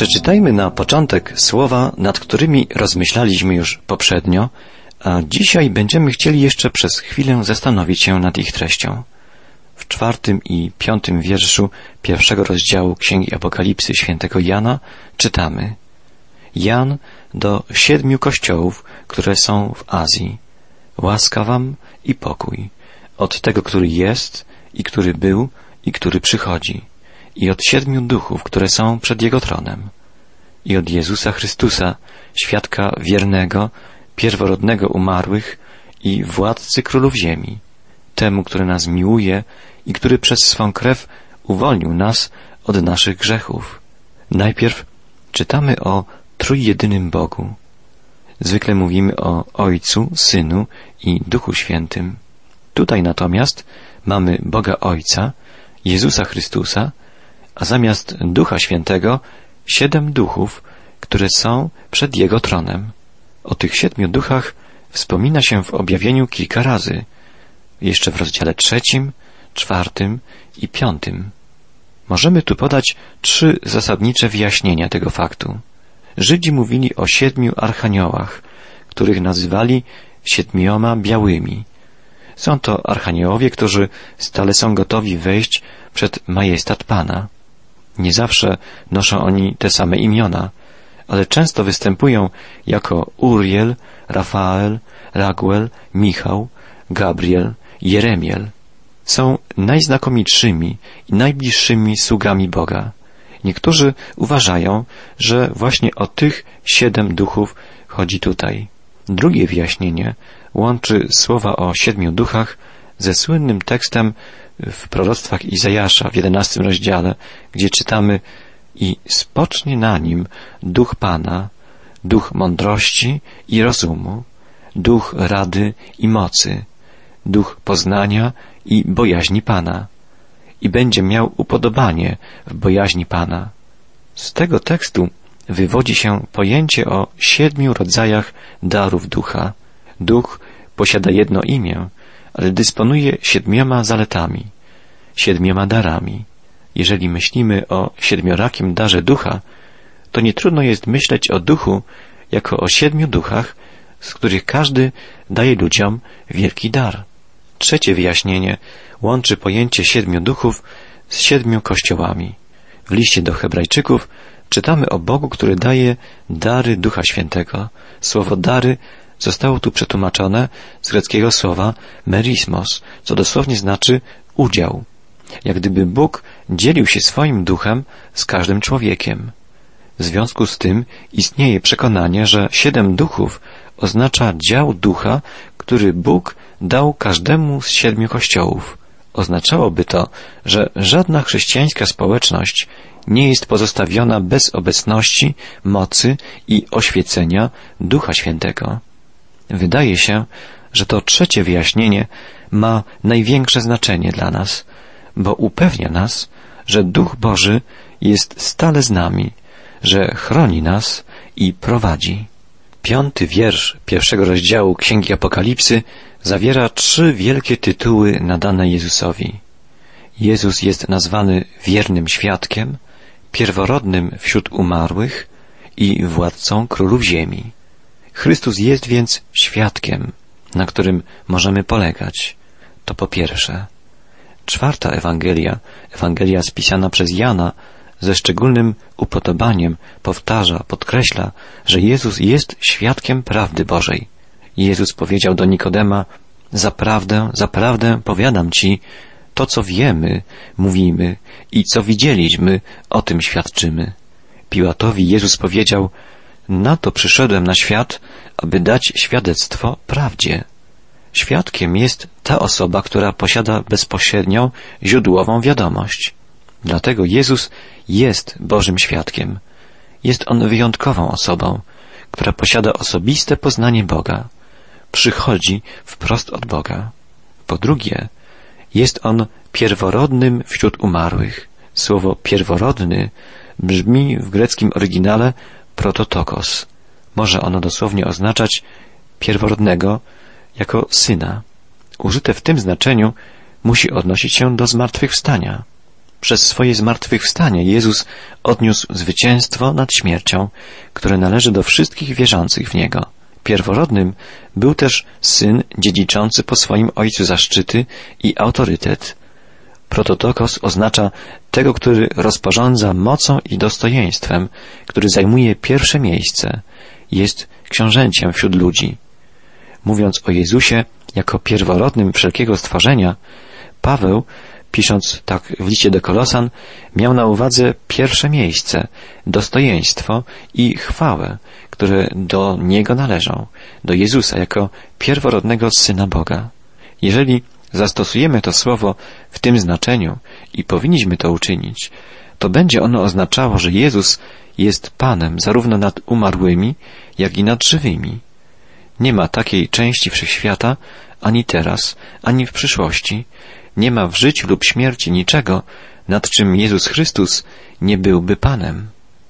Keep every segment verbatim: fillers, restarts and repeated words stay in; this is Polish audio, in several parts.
Przeczytajmy na początek słowa, nad którymi rozmyślaliśmy już poprzednio, a dzisiaj będziemy chcieli jeszcze przez chwilę zastanowić się nad ich treścią. W czwartym i piątym wierszu pierwszego rozdziału Księgi Apokalipsy świętego Jana czytamy: Jan do siedmiu kościołów, które są w Azji. Łaska wam i pokój od tego, który jest i który był i który przychodzi, i od siedmiu duchów, które są przed Jego tronem, i od Jezusa Chrystusa, świadka wiernego, pierworodnego umarłych i władcy królów ziemi, temu, który nas miłuje i który przez swą krew uwolnił nas od naszych grzechów. Najpierw czytamy o trójjedynym Bogu. Zwykle mówimy o Ojcu, Synu i Duchu Świętym. Tutaj natomiast mamy Boga Ojca, Jezusa Chrystusa, a zamiast Ducha Świętego siedem duchów, które są przed Jego tronem. O tych siedmiu duchach wspomina się w objawieniu kilka razy, jeszcze w rozdziale trzecim, czwartym i piątym. Możemy tu podać trzy zasadnicze wyjaśnienia tego faktu. Żydzi mówili o siedmiu archaniołach, których nazywali siedmioma białymi. Są to archaniołowie, którzy stale są gotowi wejść przed majestat Pana. Nie zawsze noszą oni te same imiona, ale często występują jako Uriel, Rafael, Raguel, Michał, Gabriel, Jeremiel. Są najznakomitszymi i najbliższymi sługami Boga. Niektórzy uważają, że właśnie o tych siedem duchów chodzi tutaj. Drugie wyjaśnienie łączy słowa o siedmiu duchach ze słynnym tekstem w proroctwach Izajasza w jedenastym rozdziale, gdzie czytamy: i spocznie na nim duch Pana, duch mądrości i rozumu, duch rady i mocy, duch poznania i bojaźni Pana, i będzie miał upodobanie w bojaźni Pana. Z tego tekstu wywodzi się pojęcie o siedmiu rodzajach darów ducha. Duch posiada jedno imię, ale dysponuje siedmioma zaletami, siedmioma darami. Jeżeli myślimy o siedmiorakim darze ducha, to nie trudno jest myśleć o duchu jako o siedmiu duchach, z których każdy daje ludziom wielki dar. Trzecie wyjaśnienie łączy pojęcie siedmiu duchów z siedmiu kościołami. W liście do Hebrajczyków czytamy o Bogu, który daje dary Ducha Świętego. Słowo dary zostało tu przetłumaczone z greckiego słowa merismos, co dosłownie znaczy udział. Jak gdyby Bóg dzielił się swoim duchem z każdym człowiekiem. W związku z tym istnieje przekonanie, że siedem duchów oznacza dział ducha, który Bóg dał każdemu z siedmiu kościołów. Oznaczałoby to, że żadna chrześcijańska społeczność nie jest pozostawiona bez obecności, mocy i oświecenia Ducha Świętego. Wydaje się, że to trzecie wyjaśnienie ma największe znaczenie dla nas, bo upewnia nas, że Duch Boży jest stale z nami, że chroni nas i prowadzi. Piąty wiersz pierwszego rozdziału Księgi Apokalipsy zawiera trzy wielkie tytuły nadane Jezusowi. Jezus jest nazwany wiernym świadkiem, pierworodnym wśród umarłych i władcą królów ziemi. Chrystus jest więc świadkiem, na którym możemy polegać. To po pierwsze. Czwarta Ewangelia, Ewangelia spisana przez Jana, ze szczególnym upodobaniem powtarza, podkreśla, że Jezus jest świadkiem prawdy Bożej. Jezus powiedział do Nikodema: zaprawdę, zaprawdę powiadam Ci, to co wiemy, mówimy i co widzieliśmy, o tym świadczymy. Piłatowi Jezus powiedział: na to przyszedłem na świat, aby dać świadectwo prawdzie. Świadkiem jest ta osoba, która posiada bezpośrednią, źródłową wiadomość. Dlatego Jezus jest Bożym świadkiem. Jest On wyjątkową osobą, która posiada osobiste poznanie Boga. Przychodzi wprost od Boga. Po drugie, jest On pierworodnym wśród umarłych. Słowo pierworodny brzmi w greckim oryginale prototokos. Może ono dosłownie oznaczać pierworodnego jako syna. Użyte w tym znaczeniu musi odnosić się do zmartwychwstania. Przez swoje zmartwychwstanie Jezus odniósł zwycięstwo nad śmiercią, które należy do wszystkich wierzących w Niego. Pierworodnym był też Syn dziedziczący po swoim Ojcu zaszczyty i autorytet. Prototokos oznacza tego, który rozporządza mocą i dostojeństwem, który zajmuje pierwsze miejsce, jest książęciem wśród ludzi. Mówiąc o Jezusie jako pierworodnym wszelkiego stworzenia, Paweł, pisząc tak w liście do Kolosan, miał na uwadze pierwsze miejsce, dostojeństwo i chwałę, które do Niego należą, do Jezusa jako pierworodnego Syna Boga. Jeżeli zastosujemy to słowo w tym znaczeniu i powinniśmy to uczynić, to będzie ono oznaczało, że Jezus jest Panem zarówno nad umarłymi, jak i nad żywymi. Nie ma takiej części wszechświata, ani teraz, ani w przyszłości. Nie ma w życiu lub śmierci niczego, nad czym Jezus Chrystus nie byłby Panem.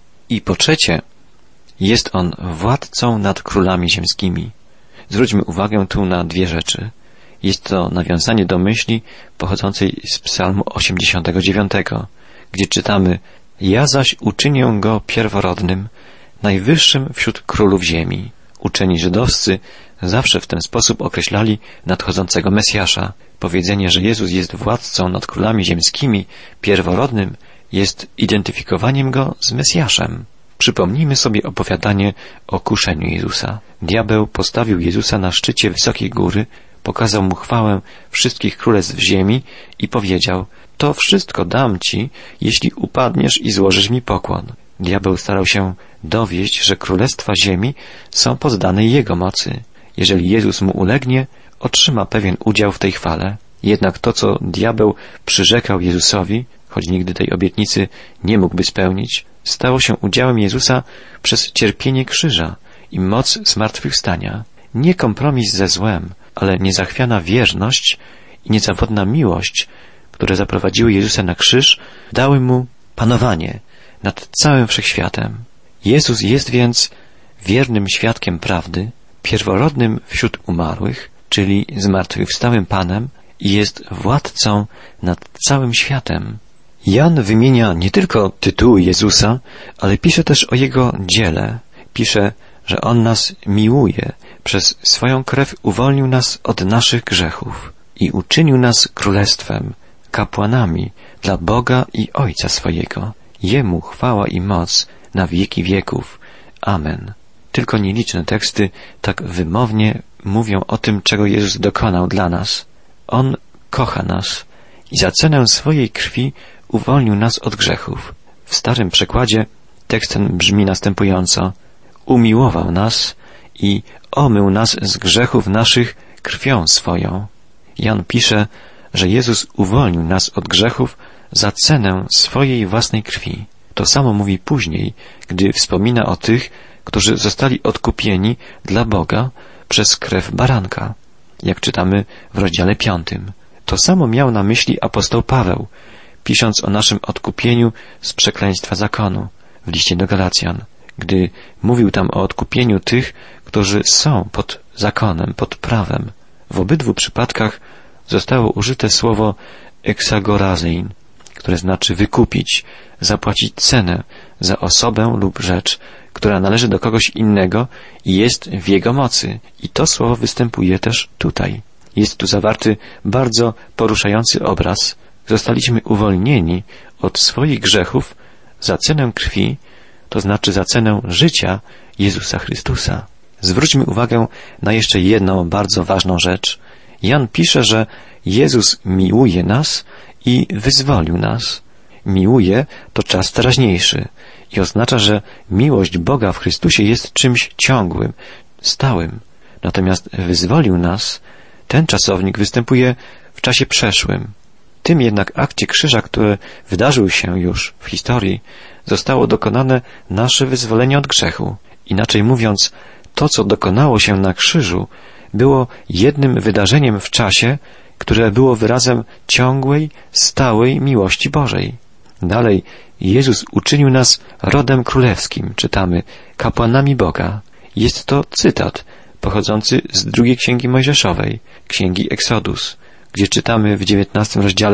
I po trzecie, jest On władcą nad królami ziemskimi. Zwróćmy uwagę tu na dwie rzeczy. Jest to nawiązanie do myśli pochodzącej z Psalmu osiemdziesiątego dziewiątego, gdzie czytamy: Ja zaś uczynię Go pierworodnym, najwyższym wśród królów ziemi. Uczeni żydowscy zawsze w ten sposób określali nadchodzącego Mesjasza. Powiedzenie, że Jezus jest władcą nad królami ziemskimi, pierworodnym, jest identyfikowaniem Go z Mesjaszem. Przypomnijmy sobie opowiadanie o kuszeniu Jezusa. Diabeł postawił Jezusa na szczycie wysokiej góry, pokazał Mu chwałę wszystkich królestw ziemi i powiedział: to wszystko dam Ci, jeśli upadniesz i złożysz mi pokłon. Diabeł starał się dowieść, że królestwa ziemi są poddane Jego mocy. Jeżeli Jezus mu ulegnie, otrzyma pewien udział w tej chwale. Jednak to, co diabeł przyrzekał Jezusowi, choć nigdy tej obietnicy nie mógłby spełnić, stało się udziałem Jezusa przez cierpienie krzyża i moc zmartwychwstania. Nie kompromis ze złem, ale niezachwiana wierność i niezawodna miłość, które zaprowadziły Jezusa na krzyż, dały Mu panowanie nad całym wszechświatem. Jezus jest więc wiernym świadkiem prawdy, pierworodnym wśród umarłych, czyli zmartwychwstałym Panem, i jest władcą nad całym światem. Jan wymienia nie tylko tytuły Jezusa, ale pisze też o Jego dziele. Pisze, że On nas miłuje, przez swoją krew uwolnił nas od naszych grzechów i uczynił nas królestwem, kapłanami dla Boga i Ojca swojego. Jemu chwała i moc na wieki wieków. Amen. Tylko nieliczne teksty tak wymownie mówią o tym, czego Jezus dokonał dla nas. On kocha nas i za cenę swojej krwi uwolnił nas od grzechów. W starym przekładzie tekst ten brzmi następująco: umiłował nas i omył nas z grzechów naszych krwią swoją. Jan pisze, że Jezus uwolnił nas od grzechów za cenę swojej własnej krwi. To samo mówi później, gdy wspomina o tych, którzy zostali odkupieni dla Boga przez krew baranka, jak czytamy w rozdziale piątym. To samo miał na myśli apostoł Paweł, pisząc o naszym odkupieniu z przekleństwa zakonu w liście do Galacjan, gdy mówił tam o odkupieniu tych, którzy są pod zakonem, pod prawem. W obydwu przypadkach zostało użyte słowo exagorazein, które znaczy wykupić, zapłacić cenę za osobę lub rzecz, która należy do kogoś innego i jest w jego mocy. I to słowo występuje też tutaj. Jest tu zawarty bardzo poruszający obraz. Zostaliśmy uwolnieni od swoich grzechów za cenę krwi, to znaczy za cenę życia Jezusa Chrystusa. Zwróćmy uwagę na jeszcze jedną bardzo ważną rzecz. Jan pisze, że Jezus miłuje nas i wyzwolił nas. Miłuje to czas teraźniejszy i oznacza, że miłość Boga w Chrystusie jest czymś ciągłym, stałym. Natomiast wyzwolił nas, ten czasownik występuje w czasie przeszłym. Tym jednak akcie krzyża, który wydarzył się już w historii, zostało dokonane nasze wyzwolenie od grzechu. Inaczej mówiąc, to, co dokonało się na krzyżu, było jednym wydarzeniem w czasie, które było wyrazem ciągłej, stałej miłości Bożej. Dalej, Jezus uczynił nas rodem królewskim, czytamy, kapłanami Boga. Jest to cytat pochodzący z drugiej Księgi Mojżeszowej, Księgi Exodus, gdzie czytamy w dziewiętnastym rozdziale: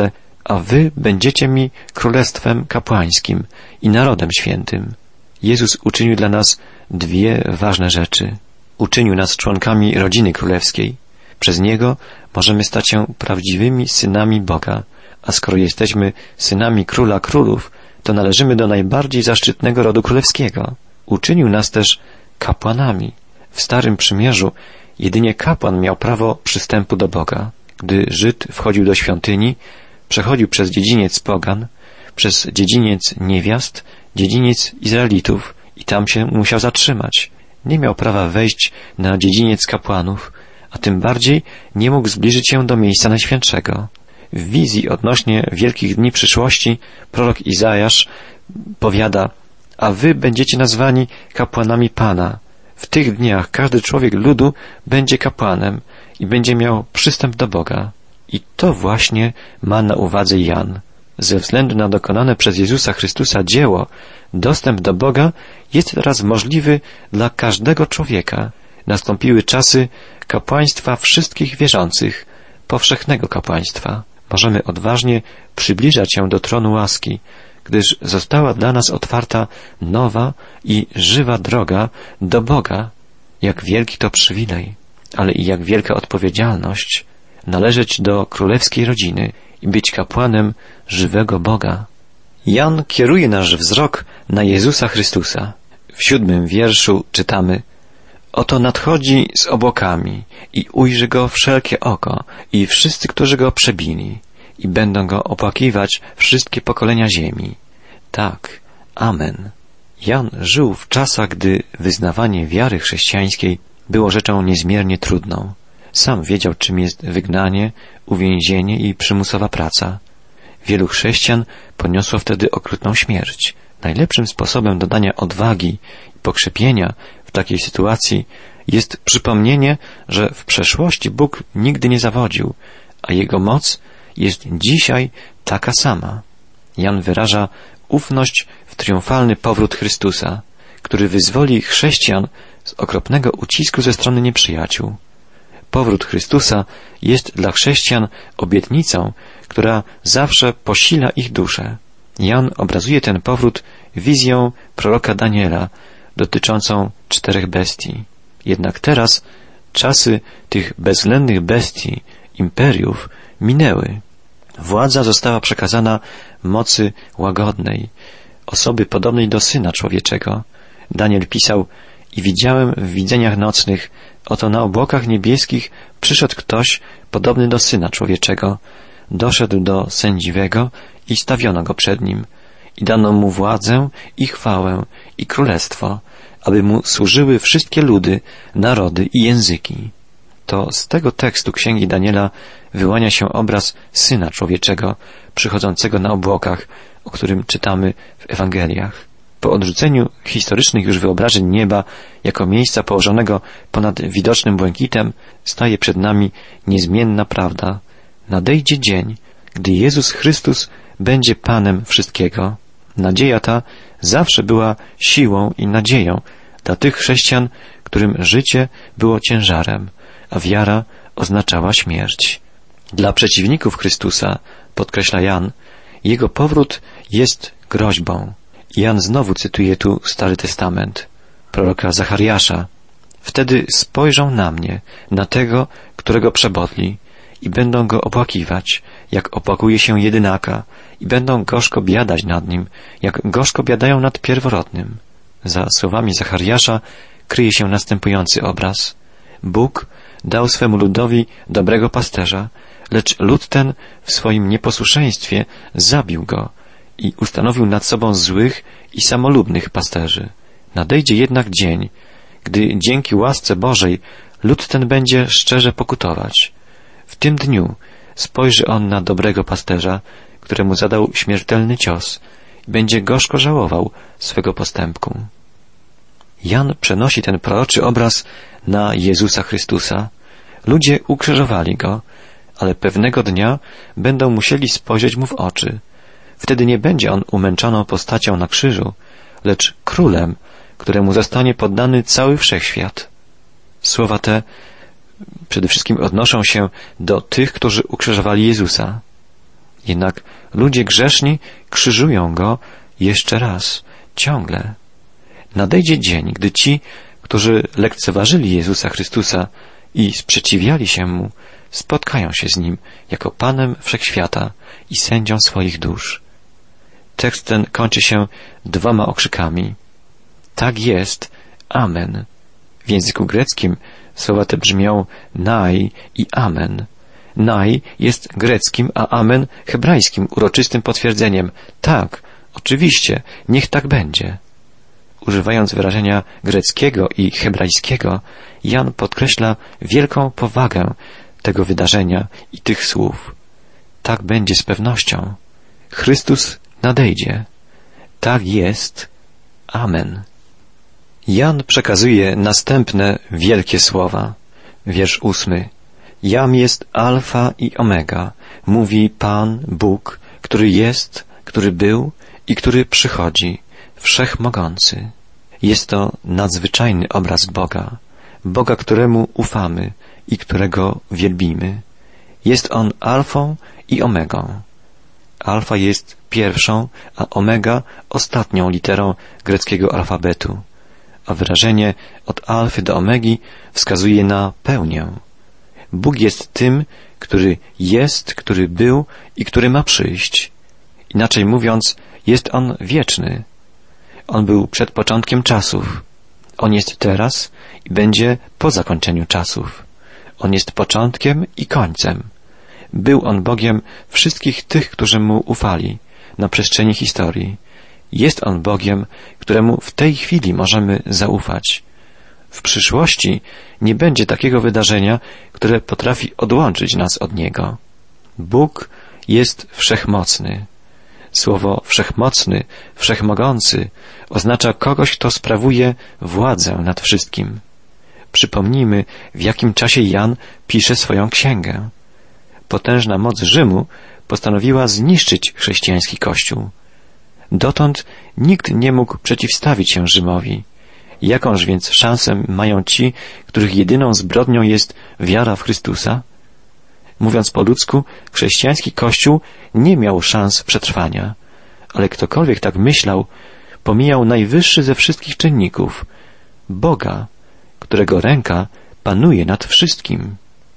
a wy będziecie mi królestwem kapłańskim i narodem świętym. Jezus uczynił dla nas dwie ważne rzeczy. Uczynił nas członkami rodziny królewskiej. Przez Niego możemy stać się prawdziwymi synami Boga, a skoro jesteśmy synami Króla Królów, to należymy do najbardziej zaszczytnego rodu królewskiego. Uczynił nas też kapłanami. W Starym Przymierzu jedynie kapłan miał prawo przystępu do Boga. Gdy Żyd wchodził do świątyni, przechodził przez dziedziniec pogan, przez dziedziniec niewiast, dziedziniec Izraelitów i tam się musiał zatrzymać. Nie miał prawa wejść na dziedziniec kapłanów, a tym bardziej nie mógł zbliżyć się do miejsca Najświętszego. W wizji odnośnie wielkich dni przyszłości prorok Izajasz powiada: a wy będziecie nazwani kapłanami Pana. W tych dniach każdy człowiek ludu będzie kapłanem i będzie miał przystęp do Boga. I to właśnie ma na uwadze Jan. Ze względu na dokonane przez Jezusa Chrystusa dzieło, dostęp do Boga jest teraz możliwy dla każdego człowieka. Nastąpiły czasy kapłaństwa wszystkich wierzących, powszechnego kapłaństwa. Możemy odważnie przybliżać się do tronu łaski, gdyż została dla nas otwarta nowa i żywa droga do Boga. Jak wielki to przywilej, ale i jak wielka odpowiedzialność należeć do królewskiej rodziny i być kapłanem żywego Boga. Jan kieruje nasz wzrok na Jezusa Chrystusa. W siódmym wierszu czytamy: oto nadchodzi z obłokami i ujrzy go wszelkie oko i wszyscy, którzy go przebili, i będą go opłakiwać wszystkie pokolenia ziemi. Tak, amen. Jan żył w czasach, gdy wyznawanie wiary chrześcijańskiej było rzeczą niezmiernie trudną. Sam wiedział, czym jest wygnanie, uwięzienie i przymusowa praca. Wielu chrześcijan poniosło wtedy okrutną śmierć. Najlepszym sposobem dodania odwagi i pokrzepienia w takiej sytuacji jest przypomnienie, że w przeszłości Bóg nigdy nie zawodził, a Jego moc jest dzisiaj taka sama. Jan wyraża ufność w triumfalny powrót Chrystusa, który wyzwoli chrześcijan z okropnego ucisku ze strony nieprzyjaciół. Powrót Chrystusa jest dla chrześcijan obietnicą, która zawsze posila ich duszę. Jan obrazuje ten powrót wizją proroka Daniela dotyczącą czterech bestii. Jednak teraz czasy tych bezwzględnych bestii, imperiów, minęły. Władza została przekazana mocy łagodnej, osoby podobnej do Syna Człowieczego. Daniel pisał: i widziałem w widzeniach nocnych, oto na obłokach niebieskich przyszedł ktoś podobny do Syna Człowieczego, doszedł do Sędziwego i stawiono go przed nim. I dano mu władzę i chwałę i królestwo, aby mu służyły wszystkie ludy, narody i języki. To z tego tekstu Księgi Daniela wyłania się obraz Syna Człowieczego przychodzącego na obłokach, o którym czytamy w Ewangeliach. Po odrzuceniu historycznych już wyobrażeń nieba jako miejsca położonego ponad widocznym błękitem staje przed nami niezmienna prawda. Nadejdzie dzień, gdy Jezus Chrystus będzie Panem wszystkiego. Nadzieja ta zawsze była siłą i nadzieją dla tych chrześcijan, którym życie było ciężarem, a wiara oznaczała śmierć. Dla przeciwników Chrystusa, podkreśla Jan, Jego powrót jest groźbą. Jan znowu cytuje tu Stary Testament, proroka Zachariasza. Wtedy spojrzą na mnie, na tego, którego przebodli, i będą go opłakiwać, jak opłakuje się jedynaka, i będą gorzko biadać nad nim, jak gorzko biadają nad pierworodnym. Za słowami Zachariasza kryje się następujący obraz. Bóg dał swemu ludowi dobrego pasterza, lecz lud ten w swoim nieposłuszeństwie zabił go i ustanowił nad sobą złych i samolubnych pasterzy. Nadejdzie jednak dzień, gdy dzięki łasce Bożej lud ten będzie szczerze pokutować. W tym dniu spojrzy on na dobrego pasterza, któremu zadał śmiertelny cios, i będzie gorzko żałował swego postępku. Jan przenosi ten proroczy obraz na Jezusa Chrystusa. Ludzie ukrzyżowali Go, ale pewnego dnia będą musieli spojrzeć Mu w oczy. Wtedy nie będzie On umęczoną postacią na krzyżu, lecz królem, któremu zostanie poddany cały wszechświat. Słowa te przede wszystkim odnoszą się do tych, którzy ukrzyżowali Jezusa. Jednak ludzie grzeszni krzyżują Go jeszcze raz, ciągle. Nadejdzie dzień, gdy ci, którzy lekceważyli Jezusa Chrystusa i sprzeciwiali się Mu, spotkają się z Nim jako Panem Wszechświata i sędzią swoich dusz. Tekst ten kończy się dwoma okrzykami. Tak jest, amen. W języku greckim słowa te brzmią nai i amen. Nai jest greckim, a amen hebrajskim, uroczystym potwierdzeniem. Tak, oczywiście, niech tak będzie. Używając wyrażenia greckiego i hebrajskiego, Jan podkreśla wielką powagę tego wydarzenia i tych słów. Tak będzie z pewnością. Chrystus nadejdzie. Tak jest. Amen. Jan przekazuje następne wielkie słowa. Wiersz ósmy. Jam jest Alfa i Omega, mówi Pan Bóg, który jest, który był i który przychodzi, Wszechmogący. Jest to nadzwyczajny obraz Boga, Boga, któremu ufamy i którego wielbimy. Jest On Alfą i Omegą. Alfa jest pierwszą, a Omega ostatnią literą greckiego alfabetu, a wyrażenie od Alfy do Omegi wskazuje na pełnię. Bóg jest tym, który jest, który był i który ma przyjść. Inaczej mówiąc, jest On wieczny. On był przed początkiem czasów. On jest teraz i będzie po zakończeniu czasów. On jest początkiem i końcem. Był On Bogiem wszystkich tych, którzy Mu ufali na przestrzeni historii. Jest On Bogiem, któremu w tej chwili możemy zaufać. W przyszłości nie będzie takiego wydarzenia, które potrafi odłączyć nas od Niego. Bóg jest wszechmocny. Słowo wszechmocny, wszechmogący oznacza kogoś, kto sprawuje władzę nad wszystkim. Przypomnijmy, w jakim czasie Jan pisze swoją księgę. Potężna moc Rzymu postanowiła zniszczyć chrześcijański Kościół. Dotąd nikt nie mógł przeciwstawić się Rzymowi. Jakąż więc szansę mają ci, których jedyną zbrodnią jest wiara w Chrystusa? Mówiąc po ludzku, chrześcijański Kościół nie miał szans przetrwania, ale ktokolwiek tak myślał, pomijał najwyższy ze wszystkich czynników, Boga, którego ręka panuje nad wszystkim.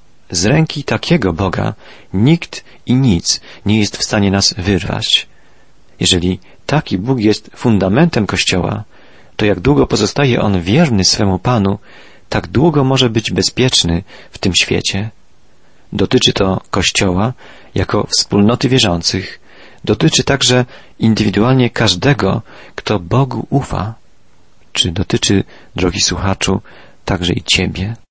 Z ręki takiego Boga nikt i nic nie jest w stanie nas wyrwać. Jeżeli taki Bóg jest fundamentem Kościoła, to jak długo pozostaje on wierny swemu Panu, tak długo może być bezpieczny w tym świecie. Dotyczy to Kościoła jako wspólnoty wierzących. Dotyczy także indywidualnie każdego, kto Bogu ufa. Czy dotyczy, drogi słuchaczu, także i Ciebie?